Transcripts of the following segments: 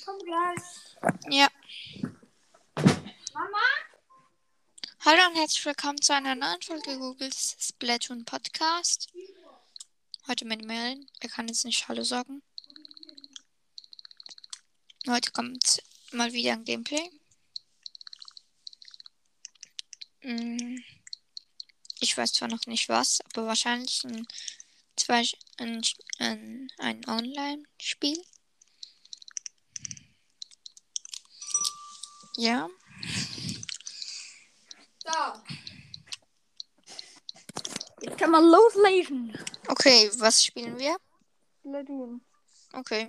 Komm gleich. Ja. Mama? Hallo und herzlich willkommen zu einer neuen Folge Googles Splatoon Podcast. Heute mit Merlin. Er kann jetzt nicht Hallo sagen. Heute kommt mal wieder ein Gameplay. Ich weiß zwar noch nicht was, aber wahrscheinlich ein Online-Spiel. Ja. So. Jetzt kann man loslegen. Okay, was spielen wir? Splatoon. Okay.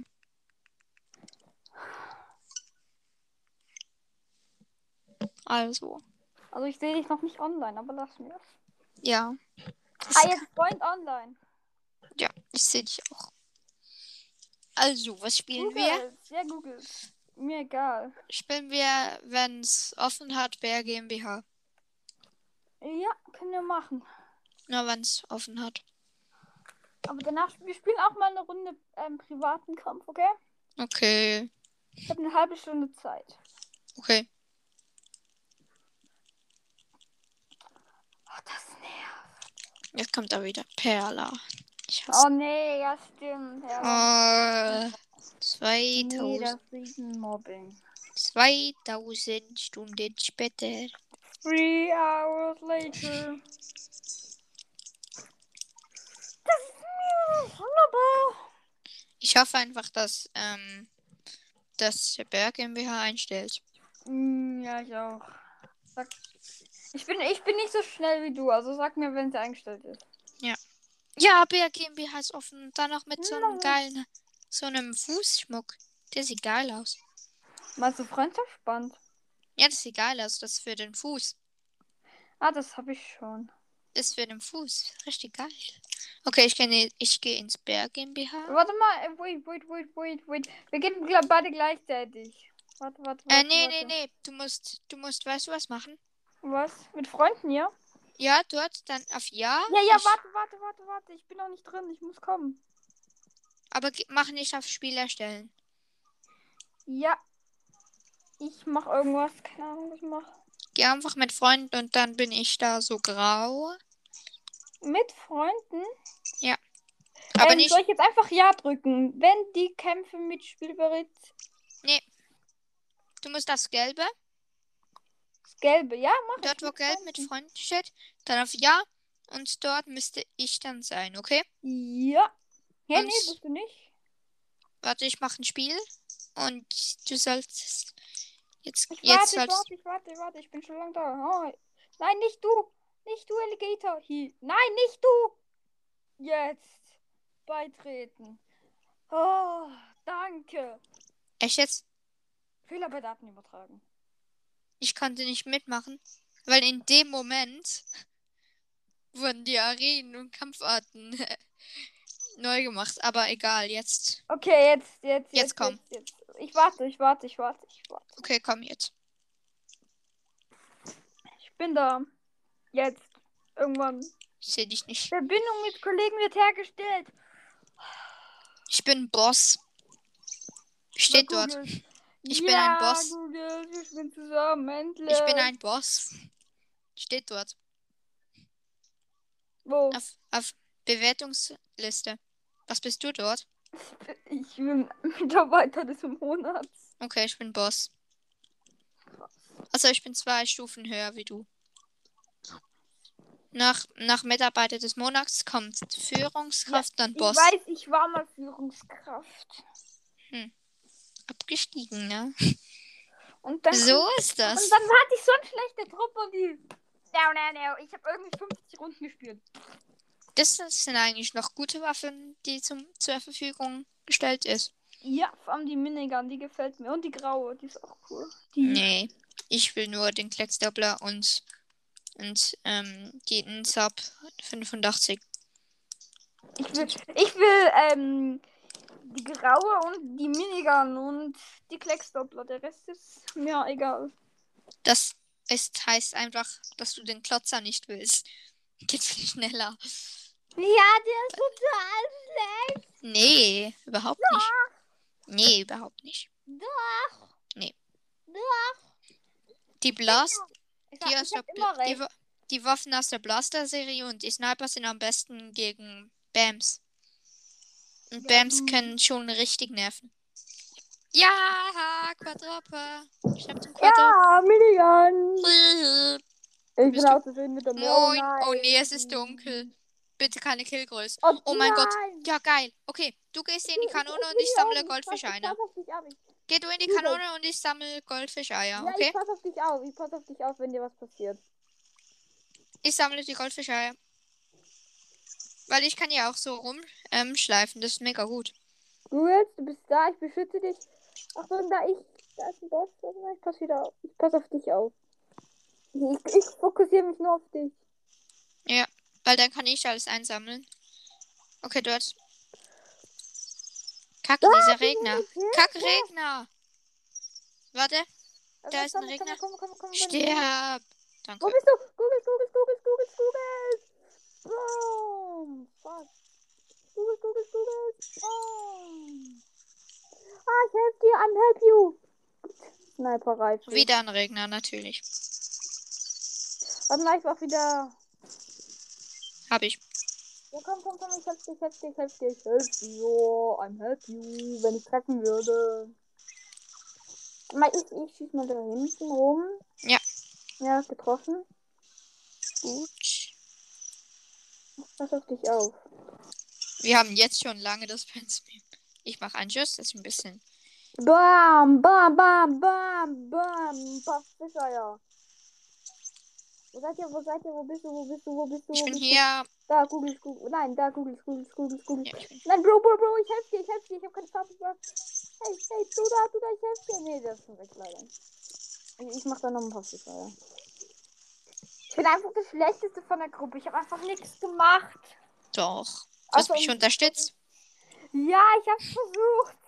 Also. Also ich sehe dich noch nicht online, aber lass mir. Ja. Jetzt Freund online. Ja, ich sehe dich auch. Also, was spielen wir? Googles. Ja, Googles. Mir egal. Spielen wir, wenn es offen hat, Bär GmbH. Ja, können wir machen. Nur wenn es offen hat. Aber danach, wir spielen auch mal eine Runde privaten Kampf, okay? Okay. Ich habe eine halbe Stunde Zeit. Okay. Oh, das nervt. Jetzt kommt da wieder Perla. Ich hasse. Oh nee, ja stimmt. Ja, 2000, das ist ein Mobbing. 2000 Stunden später. 3 hours later. Das ist mir wunderbar. Ich hoffe einfach, dass Bär GmbH einstellt. Ja, ich auch. Ich bin nicht so schnell wie du, also sag mir, wenn es eingestellt ist. Ja. Ja, Bär GmbH ist offen. Und dann noch mit so einem Nein. geilen, so einem Fußschmuck. Der sieht geil aus. Meinst du Freundschaftsband? Ja, das sieht geil aus. Das ist für den Fuß. Ah, das habe ich schon. Das ist für den Fuß. Richtig geil. Okay, ich gehe ins Bär GmbH. Warte mal, wait. Wir gehen beide gleichzeitig. Warte. Nee. Du musst, weißt du was machen? Was? Mit Freunden, ja? Ja, dort, dann auf Ja. Ja, warte. Ich bin noch nicht drin, ich muss kommen. Aber mach nicht auf Spiel erstellen. Ja. Ich mach irgendwas, keine Ahnung, was ich mache. Geh einfach mit Freunden und dann bin ich da so grau. Mit Freunden? Ja. Aber nicht. Soll ich jetzt einfach Ja drücken, wenn die Kämpfe mit Spielbereit? Nee. Du musst aufs Gelbe. Das Gelbe, ja, mach Dort, ich. wo Gelb mit Freunden steht. Dann auf Ja. Und dort müsste ich dann sein, okay? Ja. Ja, Und nee, bist du nicht. warte, ich mache ein Spiel. Und du sollst jetzt. Ich Jetzt warte. Ich bin schon lange da. Oh. Nein, nicht du. Nicht du, Alligator. Nein, nicht du. Jetzt. Beitreten. Oh, danke. Echt jetzt? Fehler bei Daten übertragen. Ich konnte nicht mitmachen. Weil in dem Moment wurden die Arenen und Kampfarten neu gemacht. Aber egal, jetzt. Okay, Jetzt komm. jetzt. Ich warte. Okay, komm jetzt. Ich bin da. Jetzt. Irgendwann. Ich sehe dich nicht. Verbindung mit Kollegen wird hergestellt. Ich bin Boss. Steht Na, dort. Google. Ich bin ein Ja, Boss. Google, wir spielen zusammen, endlich. Ich bin ein Boss. Steht dort. Wo? Auf Bewertungsliste. Was bist du dort? Ich bin Mitarbeiter des Monats. Okay, ich bin Boss. Also ich bin 2 Stufen höher wie du. Nach Mitarbeiter des Monats kommt Führungskraft, dann Boss. Ich weiß, ich war mal Führungskraft. Abgestiegen, ne? Und dann So ist das. Und dann hatte ich so eine schlechte Truppe und die. No. Ich habe irgendwie 50 Runden gespielt. Das sind eigentlich noch gute Waffen, die zur Verfügung gestellt ist. Ja, vor allem die Minigun, die gefällt mir. Und die graue, die ist auch cool. Nee, ich will nur den Klecksdoppler und die Sub 85. Ich will die graue und die Minigun und die Klecksdoppler. Der Rest ist mir egal. Das heißt einfach, dass du den Klotzer nicht willst. Geht viel schneller. Ja, der ist total schlecht. Nee, überhaupt nicht. Nee, überhaupt nicht. Doch. Nee. Doch. Die Blast, Ich die hab, aus ich der, hab immer recht. die Waffen aus der Blaster-Serie und die Sniper sind am besten gegen Bams. Und Ja, Bams können schon richtig nerven. Ja, Quadruple. Ich hab den Quadruple. Ja, Minigun. Ich bin Bist du? auch zufrieden mit der Oh Moin. Oh nee, es ist dunkel. nein. Bitte keine Killgröße. Oh Oh mein Gott. nein. Ja, geil. Okay, du gehst in die Ich Kanone und bin ich hier sammle oben. Ich Goldfischeier. pass auf dich auf. Geh du in die Tu das. Kanone und ich sammle Goldfischeier, Ja, ich okay? pass auf dich auf. Ich pass auf dich auf, wenn dir was passiert. Ich sammle die Goldfischeier. Weil ich kann ja auch so rumschleifen. Das ist mega gut. Gut, du bist da. Ich beschütze dich. Achtung, da ist ein Boss. Ich pass wieder auf. Ich pass auf dich auf. Ich fokussiere mich nur auf dich. Ja, weil dann kann ich alles einsammeln. Okay, dort. Kacke, dieser Regner. Kacke, Regner. Warte, da ist ein Regner. Komm. Sterb. Wo Danke. bist du? Googles. Boom. Fuck. Googles. Boom. Ich help dir. I'm help you. Sniper-Reife. Wieder ein Regner, natürlich. Warte mal, ich mach wieder. Hab ich. Ja, komm. Ich help dir. Ich help dir. I'm help you. Wenn ich treffen würde. Mal, ich schieß mal da hinten rum. Ja. Ja, getroffen. Gut. Pass auf dich auf. Wir haben jetzt schon lange das Pensum. Ich mache einen Schuss, das ist ein bisschen. Bam. Pass Fischeier. Wo seid ihr? Wo bist du? Ich bin hier. Da, Googles. Nein, da, Googles. Ja, ich bin. Nein, Bro, ich helf dir. Ich hab keine Farbe. Hey, du da, ich helf dir. Nee, der ist schon weg, leider. Ich mach da noch ein paar Fischeier. Ich bin einfach das Schlechteste von der Gruppe. Ich habe einfach nichts gemacht. Doch. Du hast mich unterstützt. Ja, ich hab's versucht.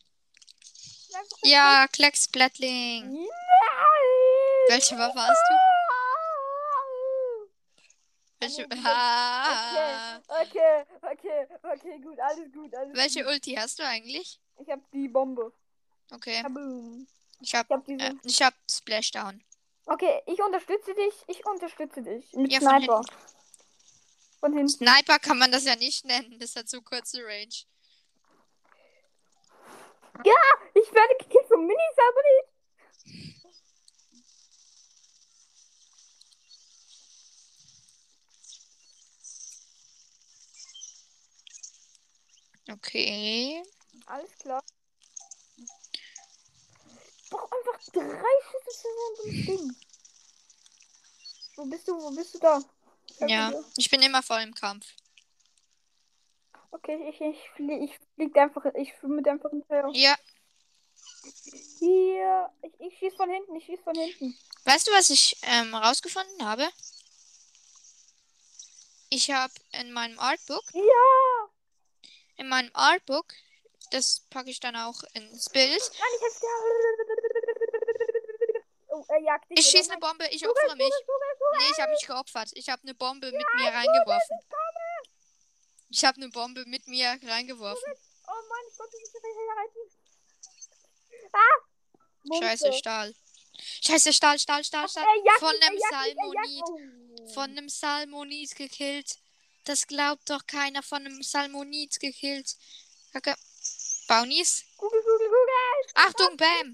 Ja, Klecksblättling. Nein. Welche Waffe hast du? Welche? Okay, gut, alles gut. Welche Ulti hast du eigentlich? Ich hab die Bombe. Okay. Kaboom. Ich hab Splashdown. Okay, ich unterstütze dich. Mit Ja, Sniper. Von hinten. Sniper kann man das ja nicht nennen. Das hat so kurze Range. Ja, ich werde gekillt vom Mini-Saborit. Okay. Alles klar. Ich brauch einfach 3 Schüsse für so ein Ding. Wo bist du da? Ja, ich bin immer voll im Kampf. Okay, ich flieg einfach, ich mit einfach hinterher. Ja. Hier, ich schieß von hinten. Weißt du, was ich rausgefunden habe? Ich habe in meinem Artbook, Ja! das packe ich dann auch ins Bild. Nein, ich helfe dir. Oh, er jagt dich. Ich schieße eine Bombe, ich opfere mich. Nee, ich habe mich geopfert. Ich habe eine Bombe mit mir reingeworfen. Ich habe eine Bombe mit mir reingeworfen. Oh Mann, ich konnte nicht mehr halten. Ah! Scheiße, Stahl. Scheiße, Stahl. Von einem Salmonid gekillt. Das glaubt doch keiner. Von einem Salmonid gekillt. Kacke. Baunis. Google. Achtung, Bam.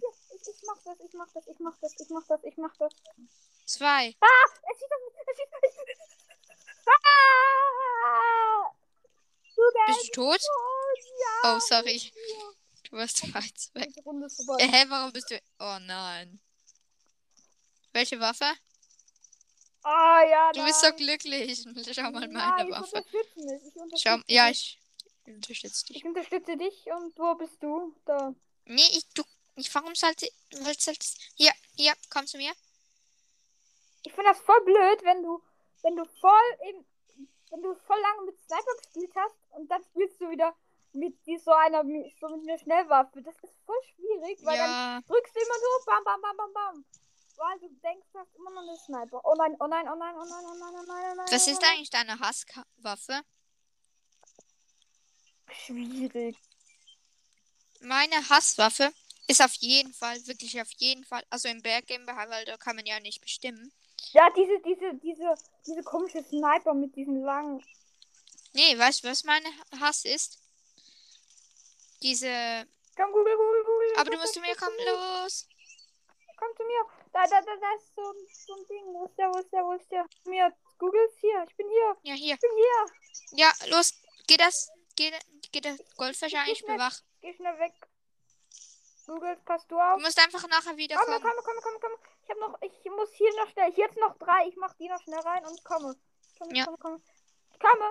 Ich mach das. 2. Es schießt auf mich. Bist du tot? Ja. Oh, sorry. Du warst weit weg. Die Runde ist vorbei. Hä, warum bist du... Oh nein. Welche Waffe? Ah, ja, Du bist so glücklich. Schau mal meine Waffe. Schau, ja, ich unterstütze dich. Ich unterstütze dich und wo bist du? Da. Nee, warum sollte... Hier, komm zu mir. Ich finde das voll blöd, wenn du voll lange mit Sniper gespielt hast und dann spielst du wieder mit einer Schnellwaffe. Das ist voll schwierig, weil dann drückst du immer so bam. Weil du denkst, du hast immer noch eine Sniper. Oh nein. Was ist eigentlich deine Hasswaffe? Schwierig. Meine Hasswaffe Ist auf jeden Fall, wirklich auf jeden Fall. Also im Berg GmbH, weil da kann man ja nicht bestimmen. Ja, diese komische Sniper mit diesen langen. Nee, weißt du, was mein Hass ist? Diese. Komm, Google. Aber du musst zu mir kommen, los. Komm zu mir. Da ist so ein Ding. Wo ist der? Mir, Google ist hier. Ich bin hier. Ja, hier. Ich bin hier. Ja, los. Geht der Goldfisch Ich geh eigentlich schnell, bewach? geh schnell weg. Google, passt du Du auf? musst einfach nachher wiederkommen. Komm. Ich muss hier noch schnell. Hier jetzt noch 3. Ich mach die noch schnell rein und komme. Ja. Komme. Ich komme.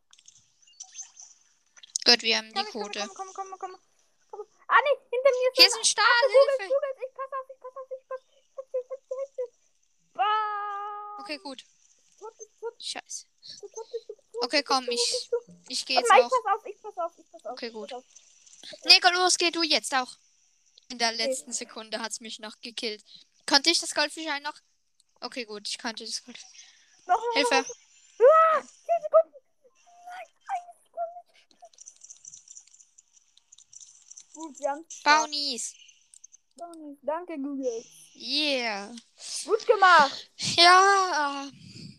Gut, wir haben die Ich komme. Quote. Ah, nee, hinter mir ist Hier ein- ist ein Stahl, Hilfe. Google, ich pass auf. Ich pass. Bah. Okay, gut. Tot. Scheiße. Tot. Okay, komm, Wo bist du? ich gehe jetzt Warte mal, auch. ich pass auf. Okay, gut. Pass auf. Nico, los, geh du jetzt auch. In der letzten Sekunde hat's mich noch gekillt. Konnte ich das Goldfischei noch? Okay, gut, ich konnte das Goldfisch. Noch. Hilfe. 10 Sekunden. Nein, eine Sekunde. Gut, wir haben Brownies. Danke, Google. Yeah. Gut gemacht. Ja.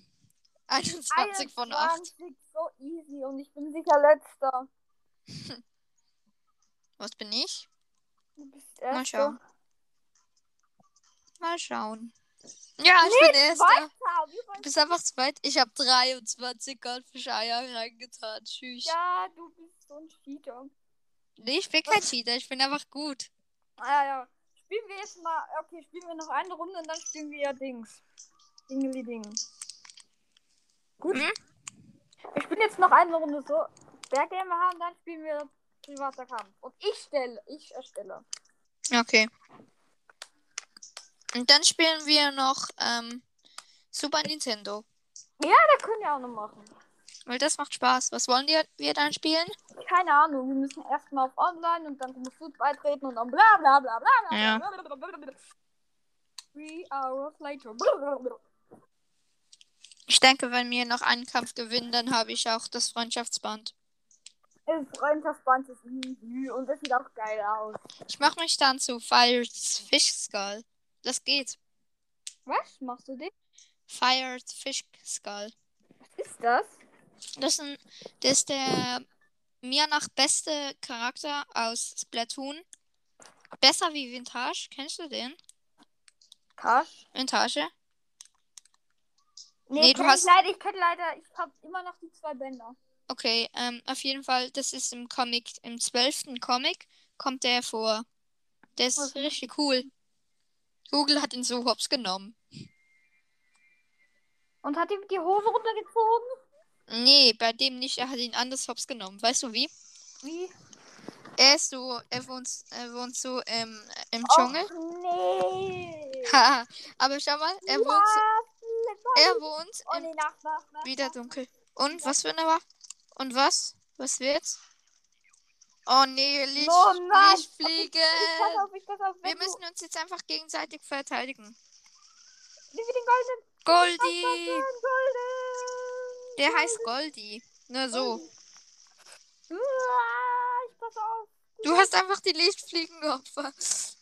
21 von 8. 21, so easy und ich bin sicher letzter. Was bin ich? Du bist Mal erster. schauen. Mal schauen. Ja, ich bin erster. Du bist einfach zweit. Ich habe 23 Goldfischeier reingetan. Tschüss. Ja, du bist so ein Cheater. Nee, ich bin kein Cheater. Ich bin einfach gut. Ja. Spielen wir jetzt mal. Okay, spielen wir noch eine Runde und dann spielen wir ja Dings. Dingeli-Ding. Gut. Mhm. Wir spielen jetzt noch eine Runde so. Berggame haben, dann spielen wir privater Kampf. Und ich erstelle. Okay. Und dann spielen wir noch Super Nintendo. Ja, da können wir auch noch machen. Weil das macht Spaß. Was wollen wir dann spielen? Keine Ahnung, wir müssen erstmal auf Online und dann musst du beitreten und dann bla bla bla bla. Ja. 3 hours later. Ich denke, wenn wir noch einen Kampf gewinnen, dann habe ich auch das Freundschaftsband. Das Freundschaftsband ist easy und das sieht auch geil aus. Ich mache mich dann zu Fire's Fish Skull. Das geht. Was machst du dich? Fire's Fish Skull. Was ist das? Das ist der mir nach beste Charakter aus Splatoon. Besser wie Vintage. Kennst du den? Cash? Vintage? Nee, du hast... ich hab immer noch die 2 Bänder. Okay, auf jeden Fall, das ist im Comic, im 12. Comic kommt der vor. Der ist richtig cool. Google hat ihn so hops genommen. Und hat ihm die Hose runtergezogen? Nee, bei dem nicht, er hat ihn anders hops genommen. Weißt du wie? Wie? Er wohnt so im Dschungel. Nee. Haha, aber schau mal, er wohnt Oh nee, nach. wieder dunkel. Und was für eine war? Und was? Was wird's? Oh nee, Lichtfliegen. Ich pass auf. Wir müssen uns jetzt einfach gegenseitig verteidigen. Nimm wir den goldenen. Goldie! Golden. Der heißt Goldie. Nur so. Ich pass auf. Du hast einfach die Lichtfliegen geopfert.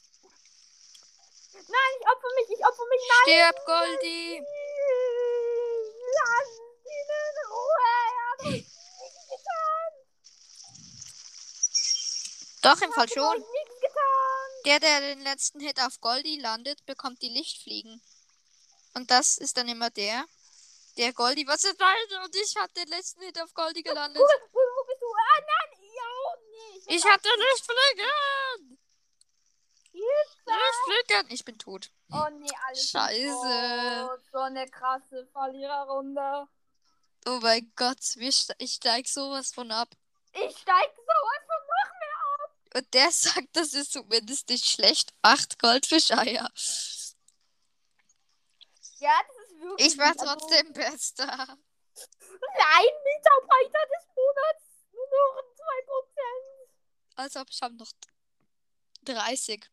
Nein, ich opfer mich. Nein. Stirb, Goldie! Lass ihn in Ruhe. Er hat uns nichts getan. Doch, im Fall schon. Nichts getan. Der den letzten Hit auf Goldie landet, bekommt die Lichtfliegen. Und das ist dann immer der Goldie, was ist das? Und ich hatte den letzten Hit auf Goldie gelandet. Wo bist du? Ah, nein. Ja, nee. Ich hatte Lichtfliegen! Lichtfliegen! Ich bin tot. Oh nee, alles. Scheiße. Oh, so eine krasse Verliererrunde. Oh mein Gott, ich steig sowas von ab. Ich steig sowas von noch mehr ab. Und der sagt, das ist zumindest nicht schlecht. 8 Goldfischeier. Ja, das ist wirklich. Ich war trotzdem Bester. Nein, Mitarbeiter des Monats. Nur noch 2%. Also ich habe noch 30.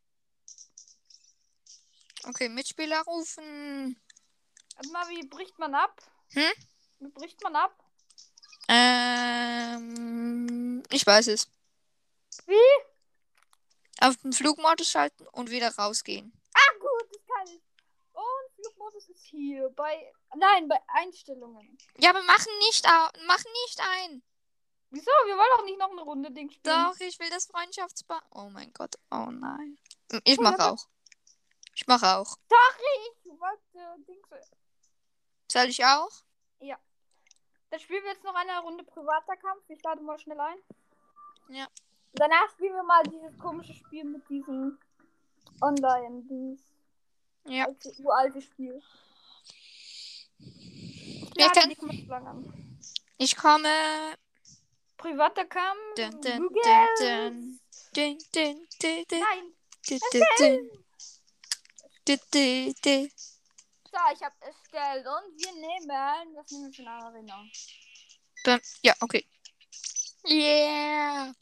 Okay, Mitspieler rufen. Warte mal, wie bricht man ab? Hm? Wie bricht man ab? Ich weiß es. Wie? Auf den Flugmodus schalten und wieder rausgehen. Ah, gut, das kann ich. Und Flugmodus ist hier. Nein, bei Einstellungen. Ja, aber mach nicht ein. Wieso? Wir wollen auch nicht noch eine Runde Ding spielen. Doch, ich will das Freundschaftsband. Oh mein Gott. Oh nein. Ich Cool, mache auch. Ich mache auch. Sorry, ich wollte Dings. Soll ich auch? Ja. Dann spielen wir jetzt noch eine Runde privater Kampf. Ich lade mal schnell ein. Ja. Danach spielen wir mal dieses komische Spiel mit diesem Online-Dings. Ja. Uralte Spiel. Wir können... dich mal so lang an. Ich komme. Privater Kampf. Dun, dun, Google. dun, dun. Dun, dun, dun, Nein. dun, dun, dun. Dun, dun, dun. So, ich habe erstellt und wir nehmen. Was nehmen wir für eine Arena? Ja, okay. Yeah.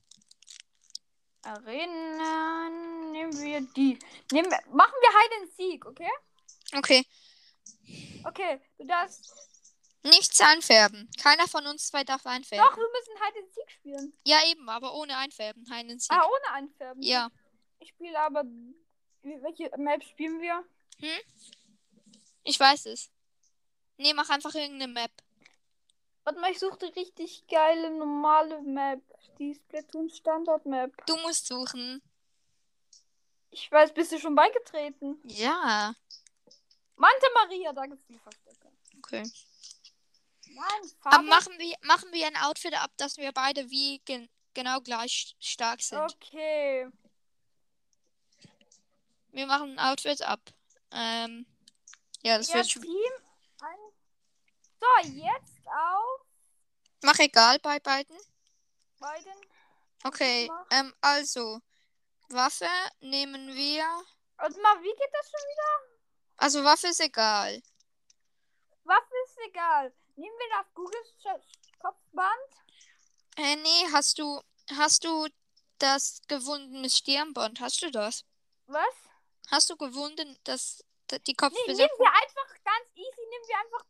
Arena. Nehmen wir die. Machen wir Hide and Seek, okay? Okay. Okay, du darfst. Nichts einfärben. Keiner von uns zwei darf einfärben. Doch, wir müssen Hide and Seek spielen. Ja, eben, aber ohne einfärben. Keinen Sieg. Ah, ohne Einfärben. Ja. Ich spiele aber. Welche Map spielen wir? Ich weiß es. Nee, mach einfach irgendeine Map. Warte mal, ich suche die richtig geile normale Map. Die Splatoon Standard Map. Du musst suchen. Ich weiß, bist du schon beigetreten? Ja. Manta Maria, da gibt's die Verstecke. Okay. Nein, Aber Farbe. machen wir ein Outfit ab, dass wir beide wie genau gleich stark sind. Okay. Wir machen ein Outfit ab. Ja, das Ja, wird schon. Team. So, jetzt auf Mach egal bei beiden. beiden. Okay. Also. Waffe nehmen wir. Und mal, wie geht das schon wieder? Also Waffe ist egal. Waffe ist egal. Nehmen wir das Googles Kopfband. Nee, hast du das gewundene Stirnband? Hast du das? Was? Hast du gewunden, die Nee, Kopfbedeckung? nehmen wir einfach ganz easy, nehmen wir einfach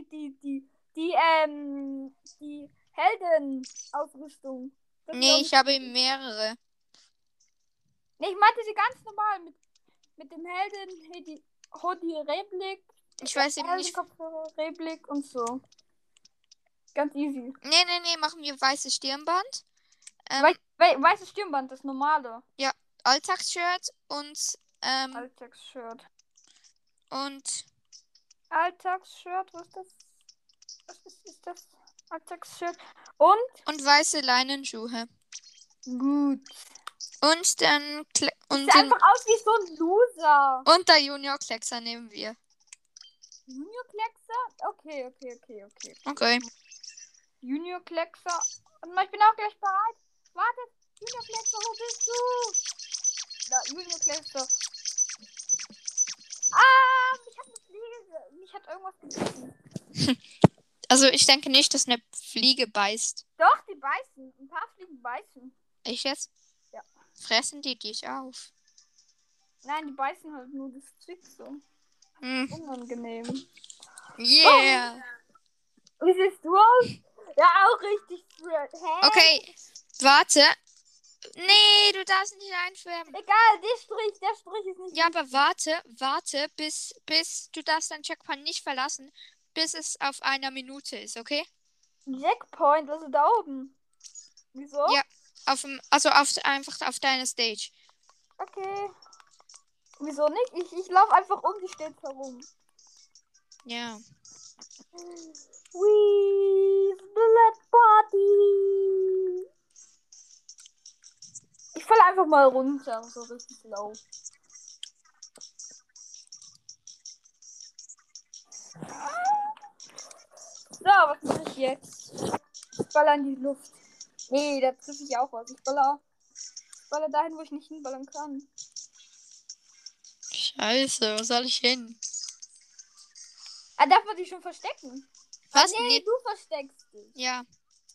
die Heldenausrüstung. Das ist Nee, auch ich nicht habe wichtig. mehrere. Nee, ich meinte sie ganz normal mit dem Helden, hier die Hodi Rehblick. Ich weiß eben nicht. Kopfhörer, Rehblick und so. Ganz easy. Nee, machen wir weißes Stirnband. Weißes Stirnband, das normale. Ja, Alltagsshirt und Alltagsshirt. und Alltagsshirt, was ist das? Was ist das? Alltagsshirt. Und weiße Leinenschuhe. gut. Und dann Sieht einfach aus wie so ein Loser. und der Junior Kleckser nehmen wir. Junior Kleckser? Okay. Okay. Junior Kleckser. Und ich bin auch gleich bereit. Wartet. Junior Kleckser, wo bist du? Da, Junior Kleckser. Ah, mich hat eine Fliege. Mich hat irgendwas gebissen. Also ich denke nicht, dass eine Fliege beißt. Doch, die beißen. Ein paar Fliegen beißen. Ich jetzt? Ja. Fressen die dich auf? Nein, die beißen halt nur, das zwickt so. Unangenehm. Yeah. Wie siehst du aus? Ja, auch richtig straight. Hä? Okay, warte. Nee, du darfst nicht einfärben. Egal, der Strich ist nicht. Ja, aber warte, bis du darfst dein Checkpoint nicht verlassen, bis es auf 1 Minute ist, okay? Checkpoint, also da oben. Wieso? Ja, einfach auf deiner Stage. Okay. Wieso nicht? Ich laufe einfach um die stets herum. Ja. We Blood Party. Ich falle einfach mal runter, so richtig low. So, was mache ich jetzt? Ich baller in die Luft. Nee, da triffe ich auch was. Ich baller dahin, wo ich nicht hinballern kann. Scheiße, wo soll ich hin? Ah, darf man die schon verstecken? Was? Ah, nee, Nee. du versteckst dich. Ja.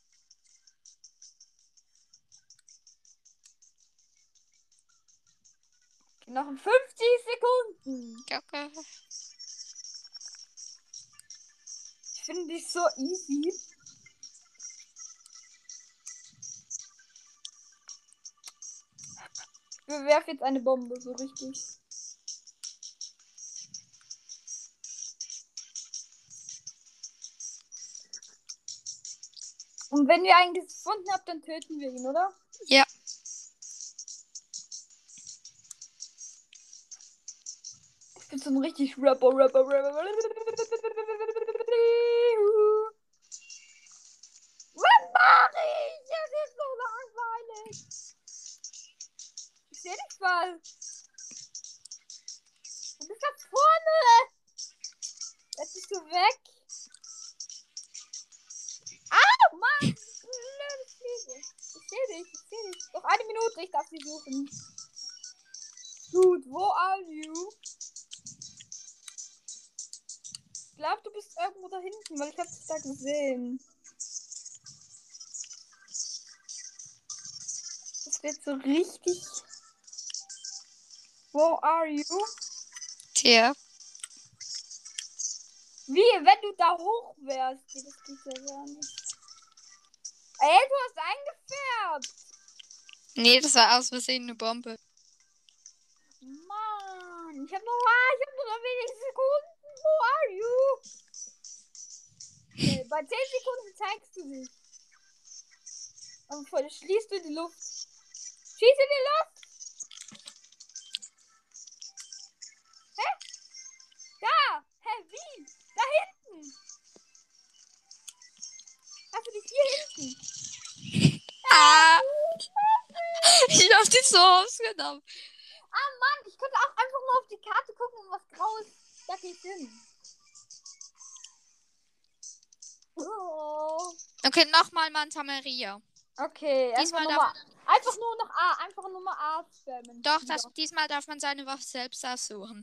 Okay, noch in 50 Sekunden. Okay. Ich finde die so easy. bewerfe jetzt eine Bombe, so richtig. Und wenn wir einen gefunden haben, dann töten wir ihn, oder? Ja. Ich bin so ein richtig Rapper. Was mach ich? Das ist so langweilig. Ich seh dich mal. Du bist da vorne. Jetzt bist du weg. Au, Mann. Blöde Fliege. Ich seh dich. Noch eine Minute, ich darf sie suchen. Dude, wo are you? Ich glaube, du bist irgendwo da hinten, weil ich habe dich da gesehen. Das wird so richtig. Wo are you? Tja. Wie, wenn du da hoch wärst? Das geht ja gar nicht. Ey, du hast eingefärbt. Nee, das war aus Versehen eine Bombe. Mann, ich hab nur noch wenig Sekunden. Wo are you? Okay, bei 10 Sekunden zeigst du dich. Und schließt du in die Luft. Schieß in die Luft. Hä? Da. Hä, wie? Da hinten. Hast du dich hier hinten? Ah! Ich hab dich so ausgenommen. Ah, Mann, ich könnte auch einfach nur auf die Karte gucken und was Graues. Da geht's hin. Oh. Okay, nochmal Manta Maria. Okay, Diesmal einfach nur noch A. Einfach nur mal A spammen. Doch, diesmal darf man seine Waffe selbst aussuchen.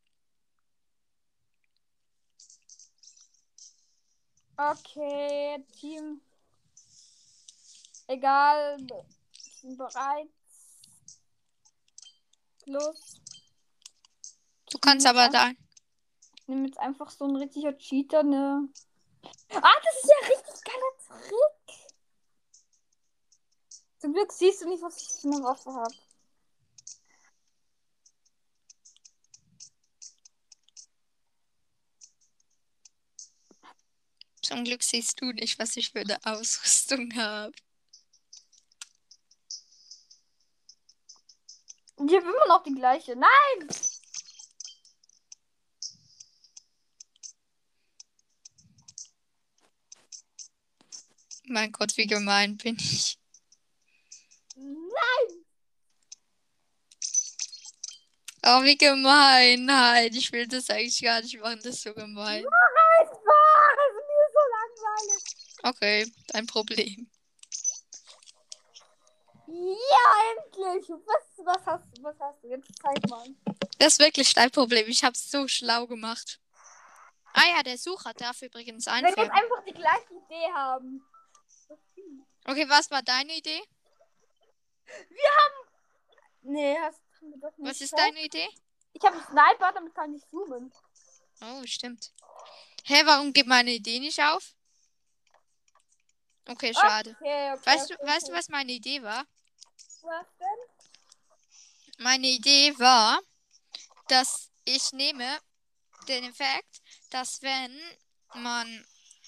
Okay, Team. Egal. Team bereit. Los. Du kannst aber da. Ich nehme jetzt einfach so ein richtiger Cheater, ne? Ah, das ist ja ein richtig geiler Trick. Zum Glück siehst du nicht, was ich für eine Waffe habe. Zum Glück siehst du nicht, was ich für eine Ausrüstung habe. Ich habe immer noch die gleiche. Nein! Mein Gott, wie gemein bin ich. Nein! Oh, wie gemein. Nein, ich will das eigentlich gar nicht machen. Das ist so gemein. Nein, Spaß! Mir ist so langweilig. Okay, dein Problem. Ja, endlich! Was hast du? Jetzt zeig mal. Das ist wirklich dein Problem. Ich hab's so schlau gemacht. Ah ja, der Sucher darf übrigens Wenn wir jetzt einfärben. einfach die gleiche Idee haben. Okay, was war deine Idee? Nee, hast du das nicht. Was ist deine Idee? Ich habe einen Sniper, damit kann ich zoomen. Oh, stimmt. Hä, warum geht meine Idee nicht auf? Okay, schade. Okay, Weißt du, was meine Idee war? Was denn? Meine Idee war, dass ich nehme den Effekt, dass wenn man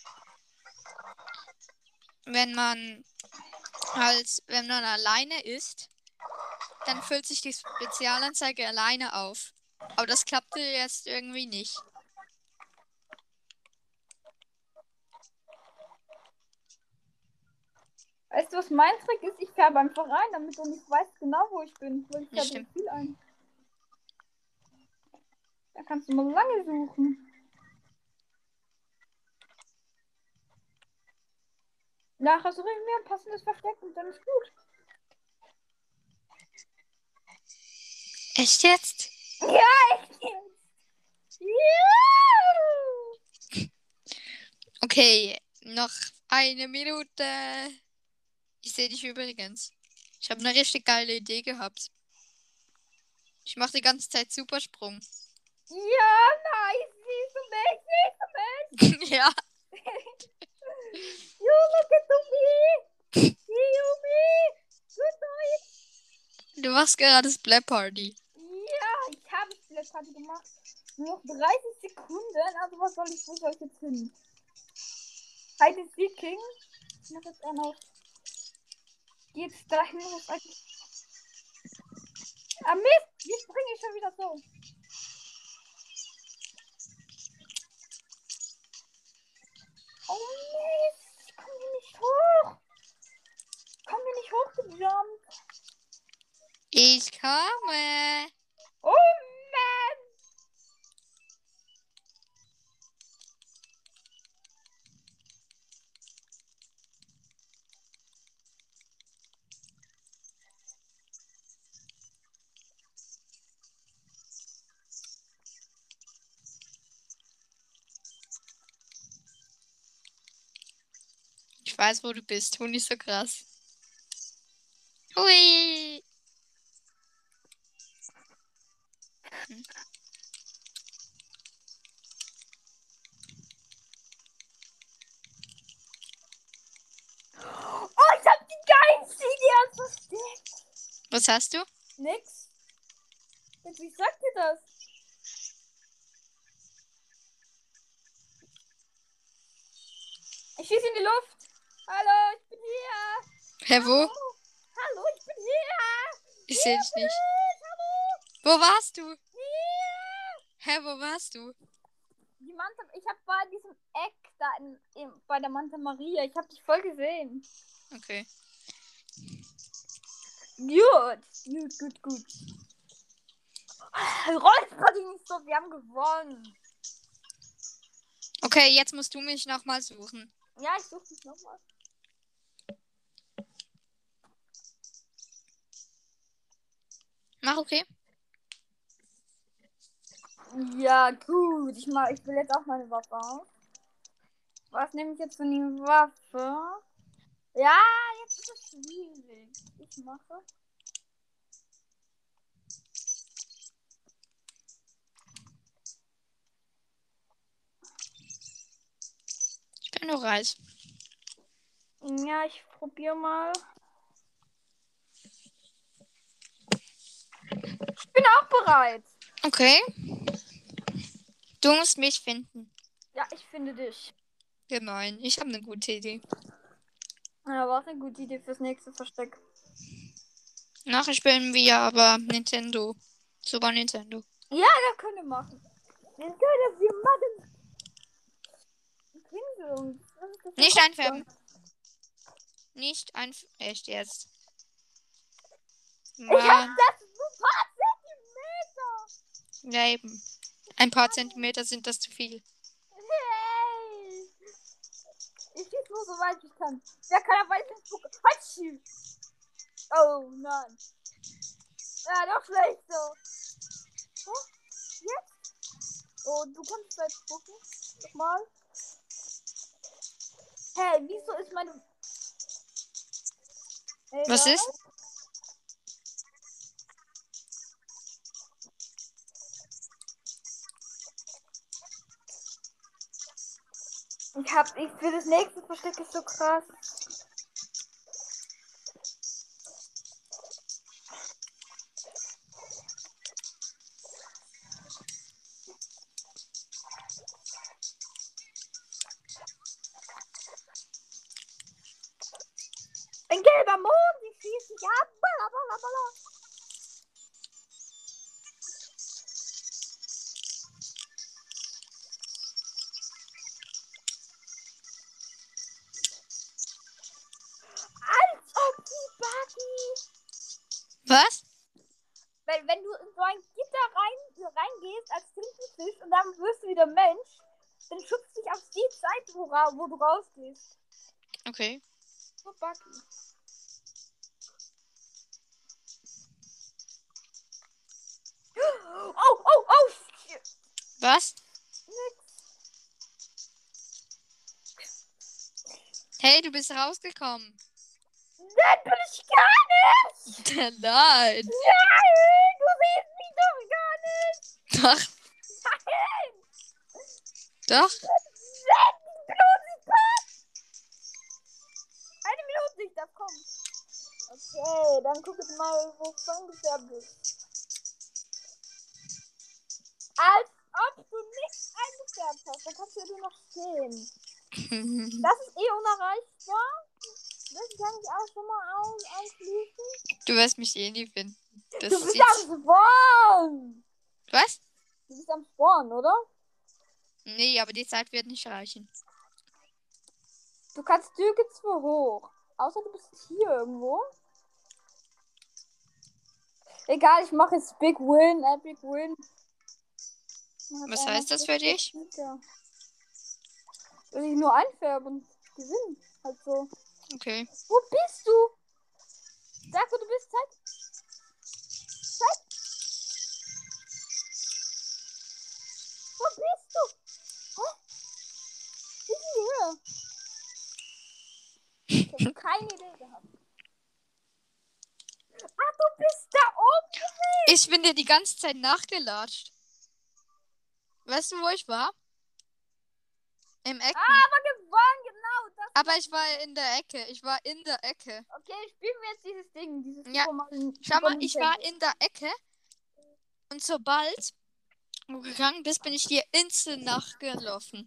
alleine ist, dann füllt sich die Spezialanzeige alleine auf. Aber das klappte jetzt irgendwie nicht. Weißt du, was mein Trick ist? Ich färbe einfach rein, damit du nicht weißt genau, wo ich bin. Weil ich Ja, färbe stimmt. viel ein. Da kannst du mal lange suchen. Nachher suche ich mir ein passendes Versteck und dann ist gut. Echt jetzt? Ja, echt jetzt. Ja. Okay, noch eine Minute. Ich sehe dich übrigens. Ich habe eine richtig geile Idee gehabt. Ich mache die ganze Zeit Supersprung. Ja, nice. Siehst du mich? Ja. You look at me. See you me. Good night. Du machst gerade Splat Party. Ja, ich habe Splat Party gemacht. Nur noch 30 Sekunden. Also wo soll ich jetzt hin? Heide Seeking. Ich mach jetzt auch noch. Geht's dahin, wo es eigentlich. Ah Mist! Jetzt bringe ich schon wieder so. Oh Mist! Ich komme hier nicht hoch. Komm hier nicht hochgejumpt. Ich komme. Oh Mann! Ich weiß, wo du bist. Tu nicht so krass. Hui. Oh, ich hab die geilste Idee als versteckt. Was hast du? Nix. Wie sagt ihr das? Ich schieße in die Luft. Hallo, ich bin hier. Hä, wo? Hallo, ich bin hier. Ich sehe dich nicht. Hallo. Wo warst du? Hier. Hä, wo warst du? Die Manta, ich hab bei diesem Eck da bei der Manta Maria. Ich hab dich voll gesehen. Okay. Gut. Rollsparty nicht so, wir haben gewonnen. Okay, jetzt musst du mich nochmal suchen. Ja, ich suche dich nochmal. Mach okay. Ja, gut. Ich will jetzt auch meine Waffe auf. Was nehme ich jetzt für eine Waffe? Ja, jetzt ist es schwierig. Ich mache. Ich bin nur Reis. Ja, ich probiere mal. Ich bin auch bereit. Okay. Du musst mich finden. Ja, ich finde dich. Gemein. Ich habe eine gute Idee. Ja, war eine gute Idee fürs nächste Versteck. Nachher spielen wir aber Nintendo. Super Nintendo. Ja, das können wir machen. Wir können das hier machen. Pinsel. Nicht einfärben. Nicht einfärben. Echt jetzt. Ich hab Mann. das ein paar Zentimeter. Ja, eben. Ein paar Zentimeter sind das zu viel. Hey. Ich schieß nur so weit ich kann. Wer kann aber nicht gucken? Hatschi. Oh nein. Ja, doch schlecht so. Oh, jetzt? Oh, du kannst jetzt gucken. Nochmal. Hey, wieso ist meine... Hey, Was ist? Ich für das nächste Versteck ist so krass. Ein gelber Mond, die schießt sich ab. Balla, balla, balla. Als ob die Buggy. Was? Wenn du in so ein Gitter reingehst als Tintenfisch und dann wirst du wieder Mensch, dann schubst dich auf die Seite, wo du rausgehst. Okay. So Buggy. Oh, shit. Was? Nix. Hey, du bist rausgekommen. Nein, bin ich gar nicht. Nein. Nein, du siehst mich doch gar nicht. Doch. Nein. Doch. Nein, bloß nicht. Eine Minute, ich darf kommen. Okay, Dann guck jetzt mal, wo du ungefähr bist. Als ob du nichts eingefärbt hast. Dann kannst du ja nur noch stehen. Das ist eh unerreichbar. Das kann ich auch schon mal ausschließen. Du wirst mich eh nie finden. Das Du bist sieht- am Spawn. Was? Du bist am Spawn, oder? Nee, aber die Zeit wird nicht reichen. Du kannst nirgendwo hoch. Außer du bist hier irgendwo. Egal, ich mache jetzt Big Win, Epic Win. Was heißt das für dich? Will ich nur einfärben und gewinnen. Halt so. Okay. Wo bist du? Sag, wo du bist. Zeig. Wo bist du? Hä? Wie ist die Höhe? Ich habe keine Idee gehabt. Ah, du bist da oben gewesen. Ich bin dir die ganze Zeit nachgelatscht. Weißt du, wo ich war? Im Ecken. Aber gewonnen, genau. Das Aber ich war in der Ecke. Ich war in der Ecke. okay, spielen wir jetzt dieses Ding. Dieses Ja. Schau mal, ich war Nintendo. in der Ecke. Und sobald du gegangen bist, bin ich dir instant nachgelaufen.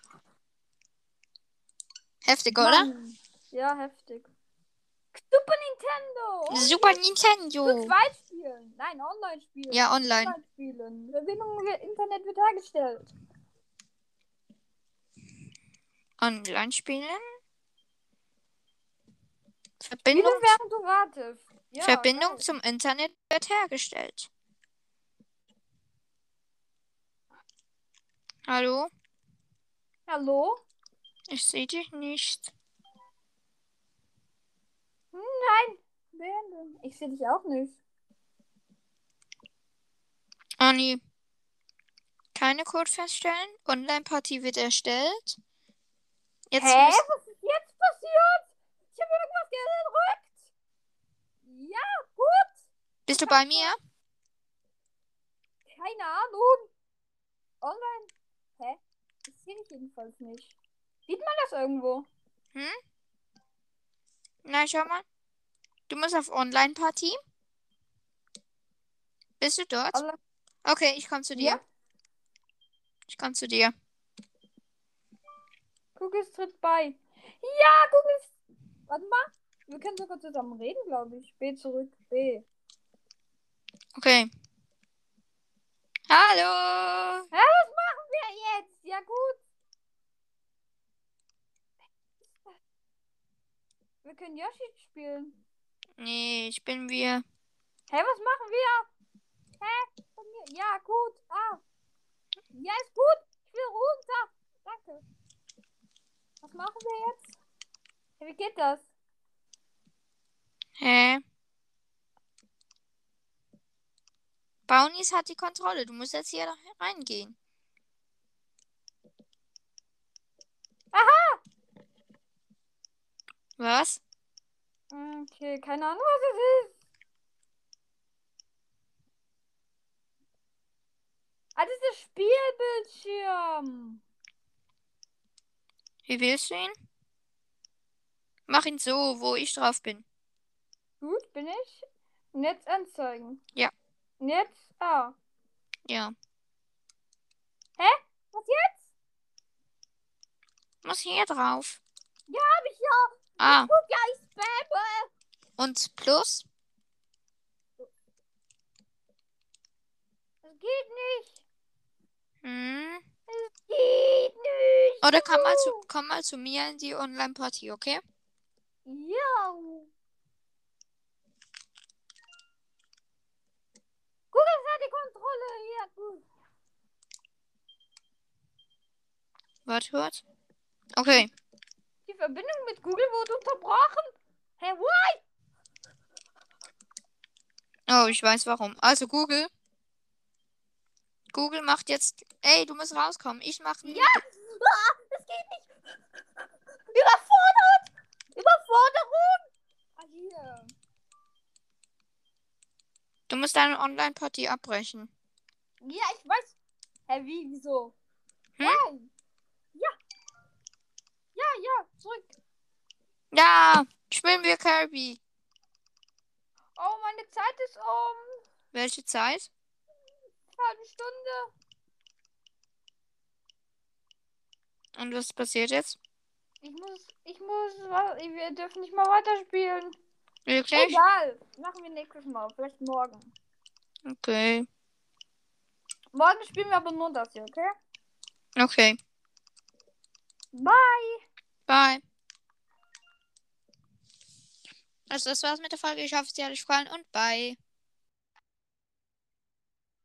Heftig, oder? Mann. Ja, heftig. Super Nintendo. Super Zu Nintendo. zweit spielen. Nein, online spielen. Ja, online. Online spielen. Verbindung mit Internet wird hergestellt. Online spielen. Spiele, Verbindung, während du wartest. Ja, Verbindung geil. zum Internet wird hergestellt. Hallo? Hallo? Ich sehe dich nicht. Nein. Beenden. Ich sehe dich auch nicht. Anni. Keine Code feststellen. Online-Party wird erstellt. Jetzt Hä? muss- Was ist jetzt passiert? Ich habe irgendwas gedrückt. Ja, gut. Bist du bei mir? Keine Ahnung. Online. Hä? Ich sehe dich jedenfalls nicht. Sieht man das irgendwo? Na, schau mal. Du musst auf Online-Party. Bist du dort? Online. Okay, ich komme zu dir. Ja. Ich komme zu dir. Cookies tritt bei. Ja, Cookies. Warte mal. Wir können sogar zusammen reden, glaube ich. B zurück. B. Okay. Hallo. Hä, was machen wir jetzt? Ja, gut. Wir können Yoshi spielen. Nee, ich bin wir. Hä, was machen wir? Hä? Von mir? Ja, gut. Ah. Ja, ist gut. Ich will runter. Danke. Was machen wir jetzt? Hä, wie geht das? Hä? Brownies hat die Kontrolle. Du musst jetzt hier reingehen. Aha. Was? Okay, keine Ahnung, was es ist. Ah, das ist der Spielbildschirm. Wie willst du ihn? Mach ihn so, wo ich drauf bin. Gut, bin ich. Netz anzeigen. Ja. Netz. Ah. Ja. Was jetzt? Muss hier drauf. Ja, hab ich ja. Ah. Guck, ja, ich spamme. Und plus? Das geht nicht. Hm. Das geht nicht. Oder komm mal zu mir in die Online-Party, okay? Ja. Guck, das hat die Kontrolle hier. Gut. Warte. Okay. Die Verbindung mit Google wurde unterbrochen. Hä, what? Oh, ich weiß warum. Also Google. Google macht jetzt. Ey, du musst rauskommen. Ich mache. Ja. Ah, das geht nicht. Überfordert. Überforderung. Ah, hier. Du musst deine Online-Party abbrechen. Ja, ich weiß. Hä, wie, wieso? Hm? Nein. Ja. Ja, zurück. Ja, spielen wir Kirby. Oh, meine Zeit ist um. Welche Zeit? Halbe Stunde. Und was passiert jetzt? Wir dürfen nicht mal weiterspielen. Wirklich? Egal. Machen wir nächstes Mal. Vielleicht morgen. Okay. Morgen spielen wir aber nur das hier, okay? Okay. Bye. Bye. Also das war's mit der Folge. Ich hoffe, sie hat euch gefallen und bye.